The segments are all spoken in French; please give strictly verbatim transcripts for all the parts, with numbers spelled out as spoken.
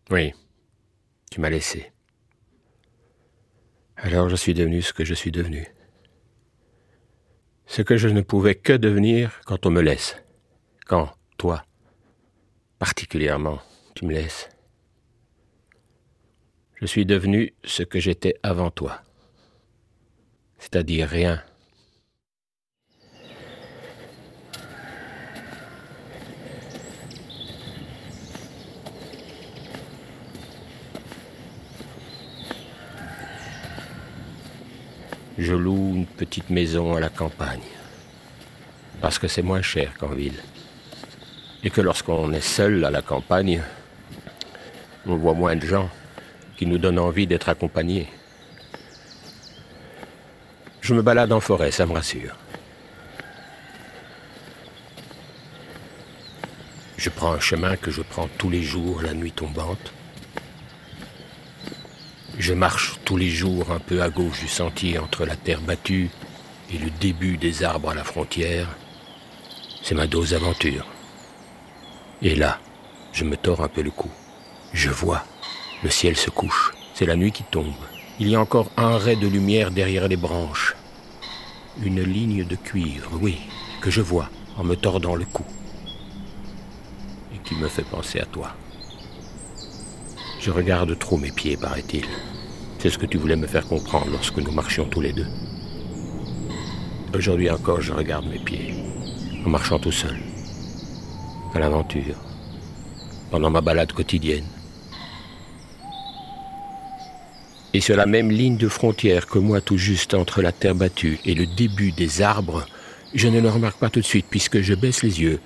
Oui, tu m'as laissé. Alors je suis devenu ce que je suis devenu. Ce que je ne pouvais que devenir quand on me laisse. Quand, toi, particulièrement, tu me laisses. Je suis devenu ce que j'étais avant toi. C'est-à-dire rien. Je loue une petite maison à la campagne. Parce que c'est moins cher qu'en ville. Et que lorsqu'on est seul à la campagne, on voit moins de gens qui nous donnent envie d'être accompagnés. Je me balade en forêt, ça me rassure. Je prends un chemin que je prends tous les jours, la nuit tombante. Je marche tous les jours un peu à gauche du sentier entre la terre battue et le début des arbres à la frontière. C'est ma dose d'aventure. Et là, je me tords un peu le cou. Je vois, le ciel se couche, c'est la nuit qui tombe. Il y a encore un ray de lumière derrière les branches. Une ligne de cuivre, oui, que je vois en me tordant le cou. Et qui me fait penser à toi. Je regarde trop mes pieds, paraît-il. C'est ce que tu voulais me faire comprendre lorsque nous marchions tous les deux. Aujourd'hui encore, je regarde mes pieds, en marchant tout seul, à l'aventure, pendant ma balade quotidienne. Et sur la même ligne de frontière que moi, tout juste entre la terre battue et le début des arbres, je ne le remarque pas tout de suite puisque je baisse les yeux.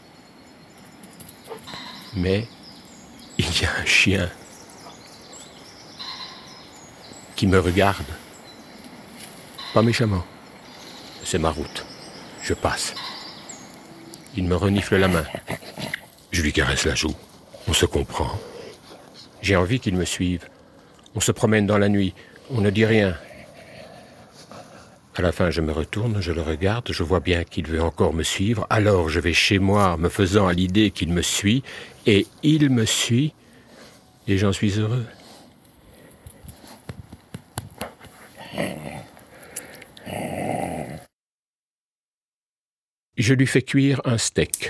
Mais il y a un chien qui me regarde, pas méchamment. C'est ma route. Je passe. Il me renifle la main. Je lui caresse la joue. On se comprend. J'ai envie qu'il me suive. On se promène dans la nuit. On ne dit rien. À la fin, je me retourne, je le regarde, je vois bien qu'il veut encore me suivre. Alors, je vais chez moi, me faisant à l'idée qu'il me suit. Et il me suit. Et j'en suis heureux. Je lui fais cuire un steak.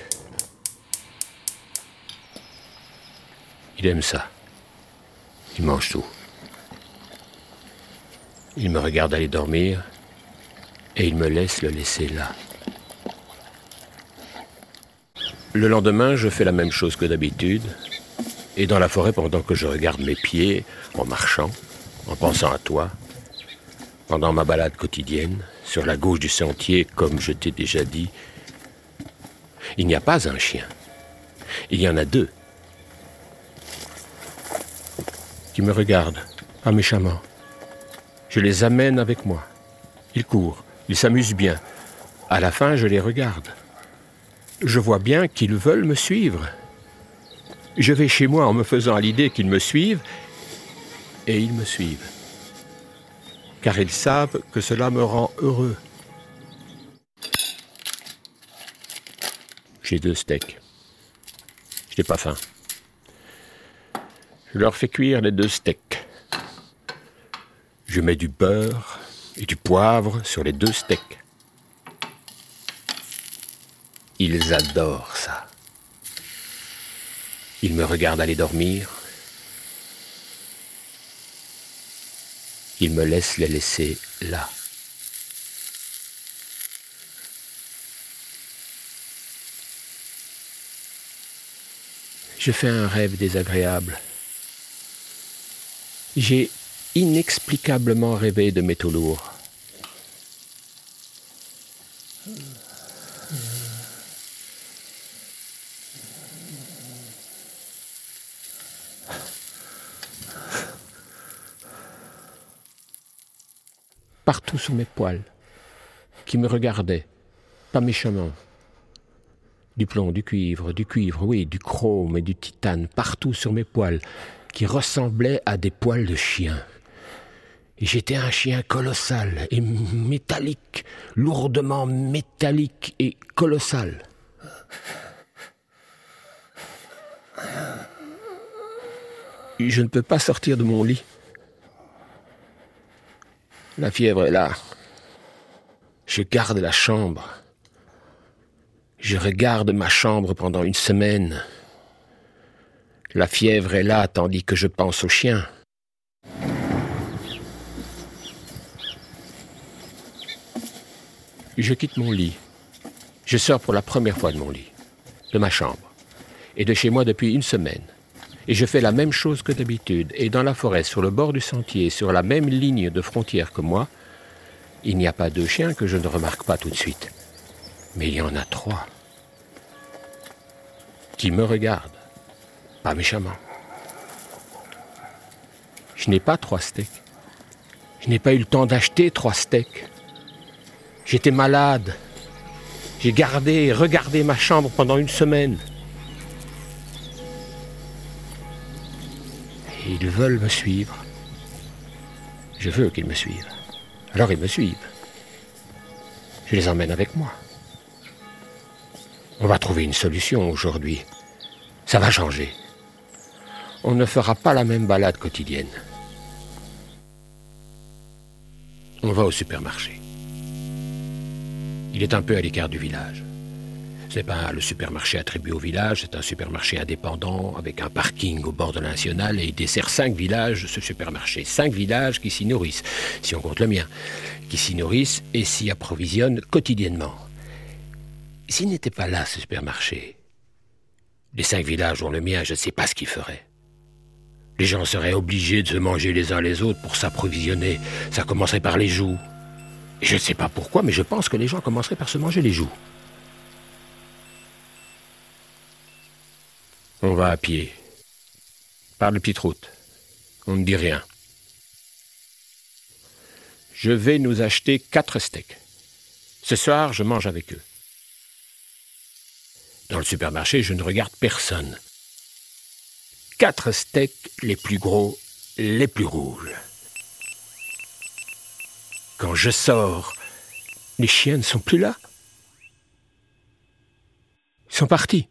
Il aime ça. Il mange tout. Il me regarde aller dormir et il me laisse le laisser là. Le lendemain, je fais la même chose que d'habitude. Et dans la forêt, pendant que je regarde mes pieds, en marchant, en pensant à toi, pendant ma balade quotidienne, sur la gauche du sentier, comme je t'ai déjà dit, il n'y a pas un chien. Il y en a deux. Qui me regardent, pas méchamment. Je les amène avec moi. Ils courent, ils s'amusent bien. À la fin, je les regarde. Je vois bien qu'ils veulent me suivre. Je vais chez moi en me faisant à l'idée qu'ils me suivent, et ils me suivent. Car ils savent que cela me rend heureux. J'ai deux steaks. Je n'ai pas faim. Je leur fais cuire les deux steaks. Je mets du beurre et du poivre sur les deux steaks. Ils adorent ça. Ils me regardent aller dormir. Ils me laissent les laisser là. Je fais un rêve désagréable. J'ai inexplicablement rêvé de métaux lourds. Partout sous mes poils, qui me regardaient, pas méchamment. Du plomb, du cuivre, du cuivre, oui, du chrome et du titane, partout sur mes poils, qui ressemblaient à des poils de chien. Et j'étais un chien colossal et métallique, lourdement métallique et colossal. Je ne peux pas sortir de mon lit. La fièvre est là. Je garde la chambre. Je regarde ma chambre pendant une semaine. La fièvre est là tandis que je pense au chien. Je quitte mon lit. Je sors pour la première fois de mon lit, de ma chambre, et de chez moi depuis une semaine. Et je fais la même chose que d'habitude. Et dans la forêt, sur le bord du sentier, sur la même ligne de frontière que moi, il n'y a pas deux chiens que je ne remarque pas tout de suite. Mais il y en a trois. Qui me regardent. Pas méchamment. Je n'ai pas trois steaks. Je n'ai pas eu le temps d'acheter trois steaks. J'étais malade. J'ai gardé et regardé ma chambre pendant une semaine. Et ils veulent me suivre. Je veux qu'ils me suivent. Alors ils me suivent. Je les emmène avec moi. On va trouver une solution aujourd'hui. Ça va changer. On ne fera pas la même balade quotidienne. On va au supermarché. Il est un peu à l'écart du village. Ce n'est pas le supermarché attribué au village, c'est un supermarché indépendant avec un parking au bord de la nationale et il dessert cinq villages, ce supermarché. Cinq villages qui s'y nourrissent, si on compte le mien, qui s'y nourrissent et s'y approvisionnent quotidiennement. S'il n'était pas là, ce supermarché, les cinq villages dont le mien, je ne sais pas ce qu'ils feraient. Les gens seraient obligés de se manger les uns les autres pour s'approvisionner. Ça commencerait par les joues. Et je ne sais pas pourquoi, mais je pense que les gens commenceraient par se manger les joues. On va à pied, par de petites routes. On ne dit rien. Je vais nous acheter quatre steaks. Ce soir, je mange avec eux. Dans le supermarché, je ne regarde personne. Quatre steaks, les plus gros, les plus rouges. Quand je sors, les chiens ne sont plus là. Ils sont partis.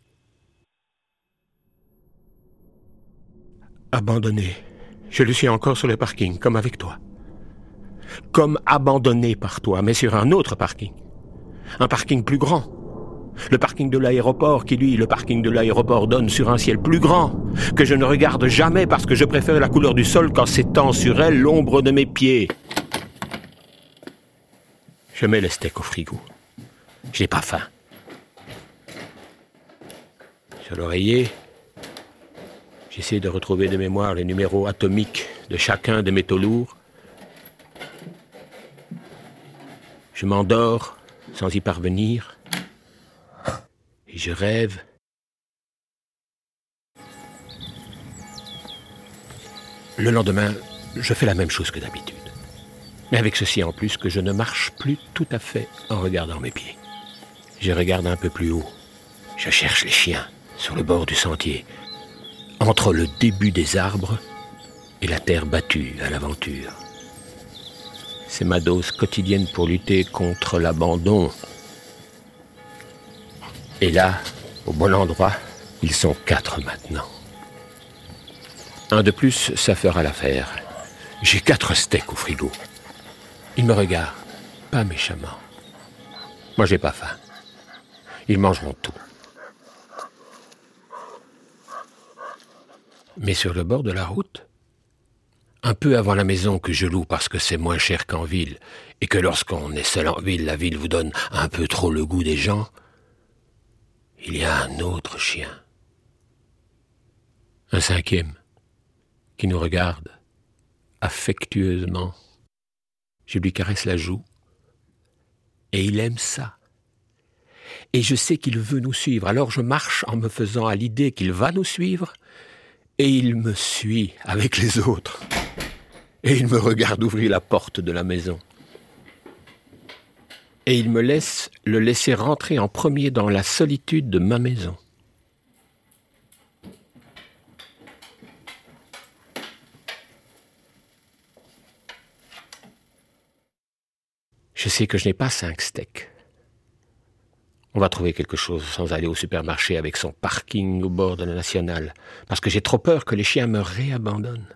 Abandonné. Je le suis encore sur le parking, comme avec toi. Comme abandonné par toi, mais sur un autre parking. Un parking plus grand. Le parking de l'aéroport qui, lui, le parking de l'aéroport donne sur un ciel plus grand, que je ne regarde jamais parce que je préfère la couleur du sol quand s'étend sur elle l'ombre de mes pieds. Je mets le steak au frigo. Je n'ai pas faim. Sur l'oreiller, j'essaie de retrouver de mémoire les numéros atomiques de chacun des métaux lourds. Je m'endors sans y parvenir. Et je rêve. Le lendemain, je fais la même chose que d'habitude. Mais avec ceci en plus que je ne marche plus tout à fait en regardant mes pieds. Je regarde un peu plus haut. Je cherche les chiens sur le bord du sentier, entre le début des arbres et la terre battue à l'aventure. C'est ma dose quotidienne pour lutter contre l'abandon. Et là, au bon endroit, ils sont quatre maintenant. Un de plus, ça fera l'affaire. J'ai quatre steaks au frigo. Ils me regardent, pas méchamment. Moi, j'ai pas faim. Ils mangeront tout. Mais sur le bord de la route, un peu avant la maison que je loue parce que c'est moins cher qu'en ville, et que lorsqu'on est seul en ville, la ville vous donne un peu trop le goût des gens, il y a un autre chien. Un cinquième, qui nous regarde affectueusement. Je lui caresse la joue, et il aime ça. Et je sais qu'il veut nous suivre, alors je marche en me faisant à l'idée qu'il va nous suivre, et il me suit avec les autres. Et il me regarde ouvrir la porte de la maison. Et il me laisse le laisser rentrer en premier dans la solitude de ma maison. Je sais que je n'ai pas cinq steaks. On va trouver quelque chose sans aller au supermarché avec son parking au bord de la nationale, parce que j'ai trop peur que les chiens me réabandonnent.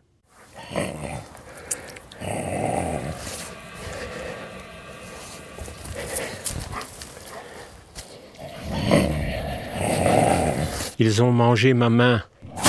Ils ont mangé ma main.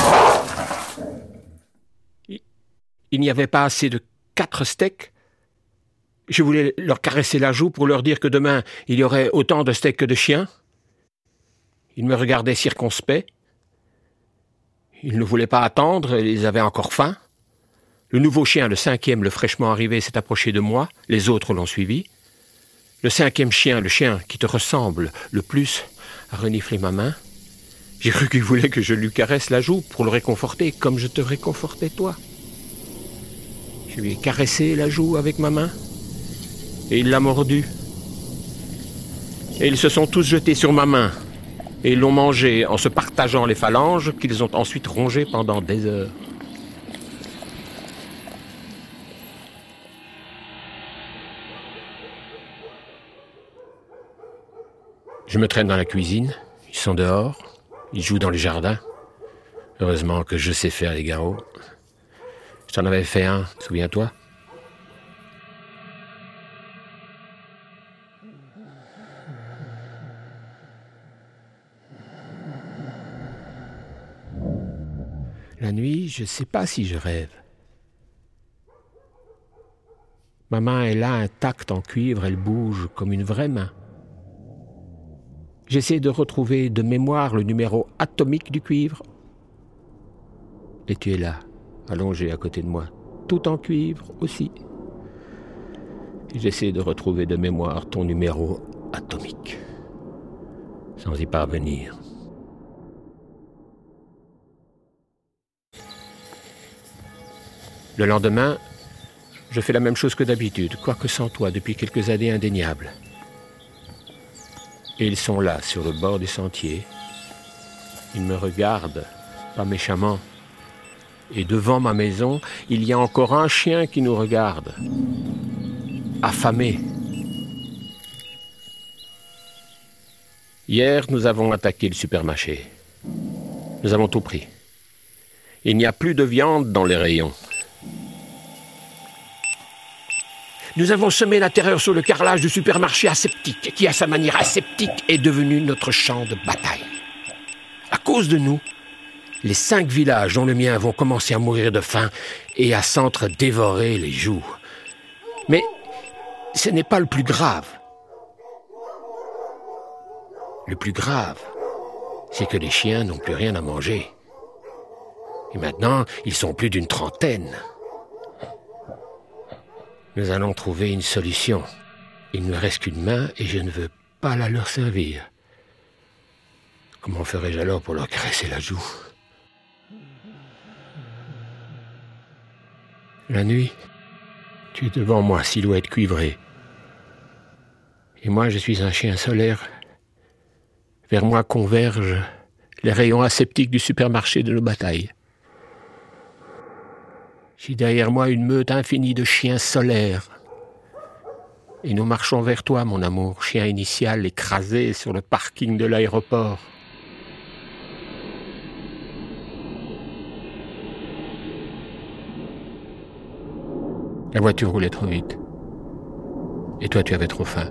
Il n'y avait pas assez de quatre steaks. Je voulais leur caresser la joue pour leur dire que demain, il y aurait autant de steaks que de chiens. Ils me regardaient circonspects. Ils ne voulaient pas attendre, ils avaient encore faim. Le nouveau chien, le cinquième, le fraîchement arrivé, s'est approché de moi. Les autres l'ont suivi. Le cinquième chien, le chien qui te ressemble le plus, a reniflé ma main. J'ai cru qu'il voulait que je lui caresse la joue pour le réconforter, comme je te réconfortais toi. Je lui ai caressé la joue avec ma main, et il l'a mordu. Et ils se sont tous jetés sur ma main, et ils l'ont mangé en se partageant les phalanges qu'ils ont ensuite rongées pendant des heures. Je me traîne dans la cuisine, ils sont dehors, ils jouent dans le jardin. Heureusement que je sais faire les garrots. Je t'en avais fait un, souviens-toi ? La nuit, je ne sais pas si je rêve. Ma main est là, intacte en cuivre, elle bouge comme une vraie main. J'essaie de retrouver de mémoire le numéro atomique du cuivre. Et tu es là, allongé à côté de moi, tout en cuivre aussi. Et j'essaie de retrouver de mémoire ton numéro atomique, sans y parvenir. Le lendemain, je fais la même chose que d'habitude, quoique sans toi, depuis quelques années indéniables. Et ils sont là, sur le bord du sentier. Ils me regardent, pas méchamment. Et devant ma maison, il y a encore un chien qui nous regarde, affamé. Hier, nous avons attaqué le supermarché. Nous avons tout pris. Il n'y a plus de viande dans les rayons. Nous avons semé la terreur sur le carrelage du supermarché aseptique, qui, à sa manière aseptique, est devenu notre champ de bataille. À cause de nous, les cinq villages, dont le mien, vont commencer à mourir de faim et à s'entre-dévorer les joues. Mais ce n'est pas le plus grave. Le plus grave, c'est que les chiens n'ont plus rien à manger. Et maintenant, ils sont plus d'une trentaine. Nous allons trouver une solution. Il ne me reste qu'une main et je ne veux pas la leur servir. Comment ferais-je alors pour leur caresser la joue ? La nuit, tu es devant moi, silhouette cuivrée. Et moi, je suis un chien solaire. Vers moi convergent les rayons aseptiques du supermarché de nos batailles. J'ai derrière moi une meute infinie de chiens solaires. Et nous marchons vers toi, mon amour, chien initial écrasé sur le parking de l'aéroport. La voiture roulait trop vite. Et toi, tu avais trop faim.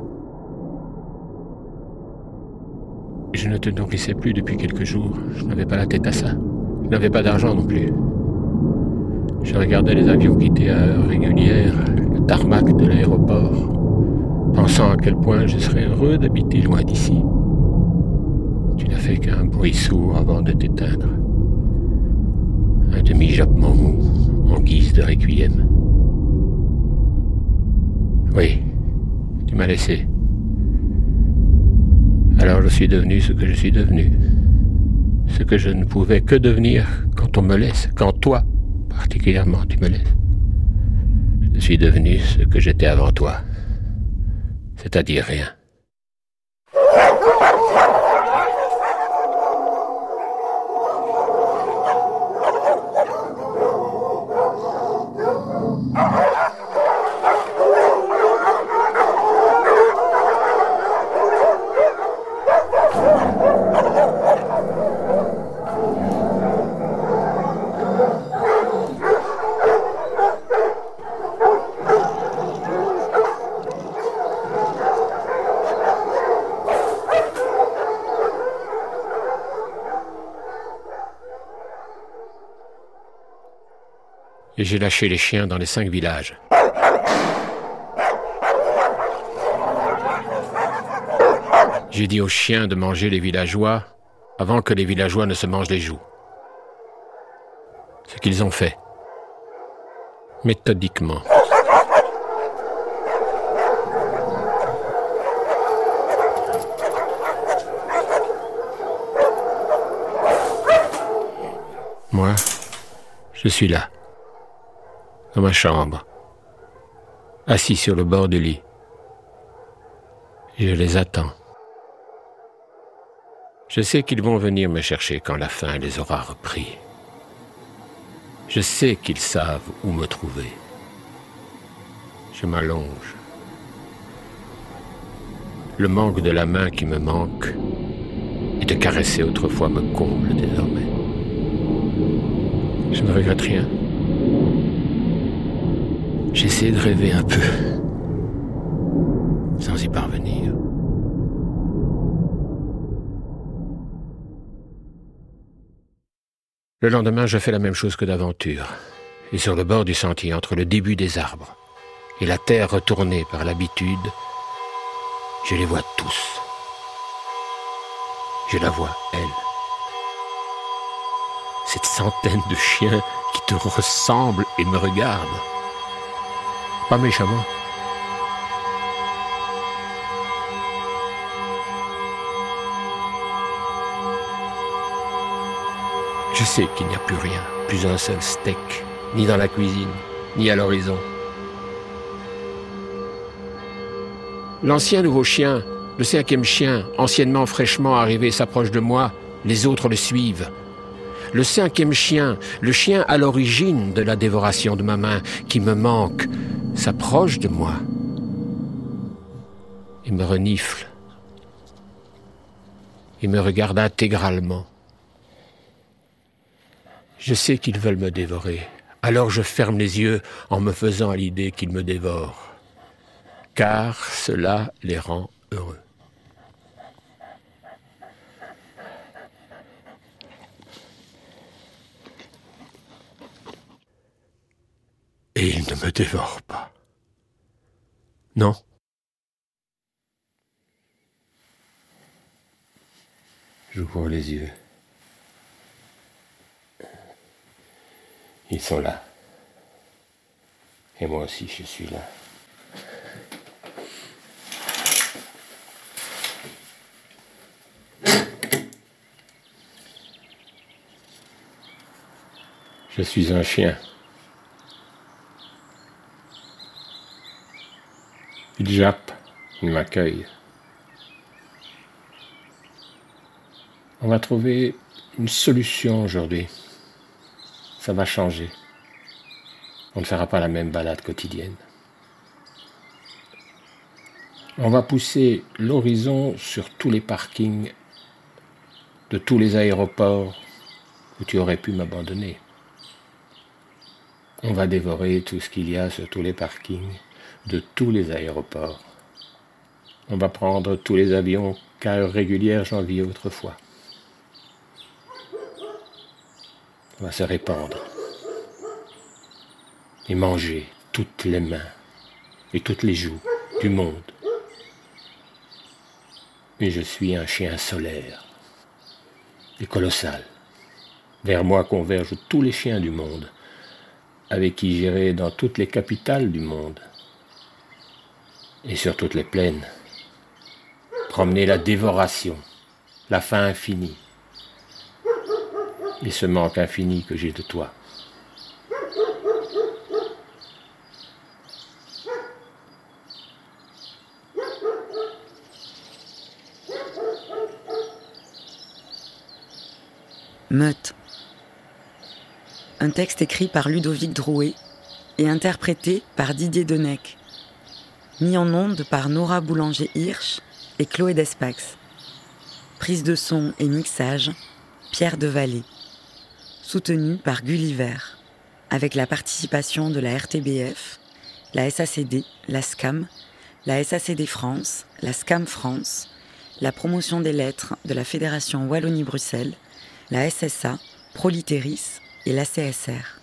Je ne te nourrissais plus depuis quelques jours. Je n'avais pas la tête à ça. Je n'avais pas d'argent non plus. Je regardais les avions quitter à heure régulière le tarmac de l'aéroport, pensant à quel point je serais heureux d'habiter loin d'ici. Tu n'as fait qu'un bruit sourd avant de t'éteindre. Un demi-jappement mou, en guise de requiem. Oui, tu m'as laissé. Alors je suis devenu ce que je suis devenu. Ce que je ne pouvais que devenir quand on me laisse, quand toi, particulièrement, tu me laisses. Je suis devenu ce que j'étais avant toi, c'est-à-dire rien. et j'ai lâché les chiens dans les cinq villages. J'ai dit aux chiens de manger les villageois avant que les villageois ne se mangent les joues. Ce qu'ils ont fait, méthodiquement. Moi, je suis là, dans ma chambre, assis sur le bord du lit. Je les attends. Je sais qu'ils vont venir me chercher quand la faim les aura repris. Je sais qu'ils savent où me trouver. Je m'allonge. Le manque de la main qui me manque et de caresser autrefois me comble désormais. Je ne regrette rien. J'essaie de rêver un peu, sans y parvenir. Le lendemain, je fais la même chose que d'aventure. Et sur le bord du sentier, entre le début des arbres et la terre retournée par l'habitude, je les vois tous. Je la vois, elle. Cette centaine de chiens qui te ressemblent et me regardent. Pas méchamment. Je sais qu'il n'y a plus rien, plus un seul steak, ni dans la cuisine, ni à l'horizon. L'ancien nouveau chien, le cinquième chien, anciennement fraîchement arrivé, s'approche de moi, les autres le suivent. Le cinquième chien, le chien à l'origine de la dévoration de ma main, qui me manque, s'approche de moi et me renifle. Il me regarde intégralement. Je sais qu'ils veulent me dévorer, alors je ferme les yeux en me faisant à l'idée qu'ils me dévorent, car cela les rend heureux. Et ils ne me dévorent pas. Non. J'ouvre les yeux. Ils sont là. Et moi aussi, je suis là. Je suis un chien. Ils jappent, ils m'accueillent. On va trouver une solution aujourd'hui. Ça va changer. On ne fera pas la même balade quotidienne. On va pousser l'horizon sur tous les parkings de tous les aéroports où tu aurais pu m'abandonner. On va dévorer tout ce qu'il y a sur tous les parkings de tous les aéroports. On va prendre tous les avions qu'à heure régulière j'enviais autrefois. On va se répandre et manger toutes les mains et toutes les joues du monde. Et je suis un chien solaire et colossal. Vers moi convergent tous les chiens du monde, avec qui j'irai dans toutes les capitales du monde et sur toutes les plaines, promener la dévoration, la faim infinie, et ce manque infini que j'ai de toi. Meute. Un texte écrit par Ludovic Drouet et interprété par Didier Denec. Mis en onde par Nora Boulanger-Hirsch et Chloé Despax. Prise de son et mixage, Pierre Devallée. Soutenu par Gulliver, avec la participation de la R T B F, la S A C D, la S C A M, la S A C D France, la S C A M France, la promotion des lettres de la Fédération Wallonie-Bruxelles, la S S A, Proliteris et la C S R.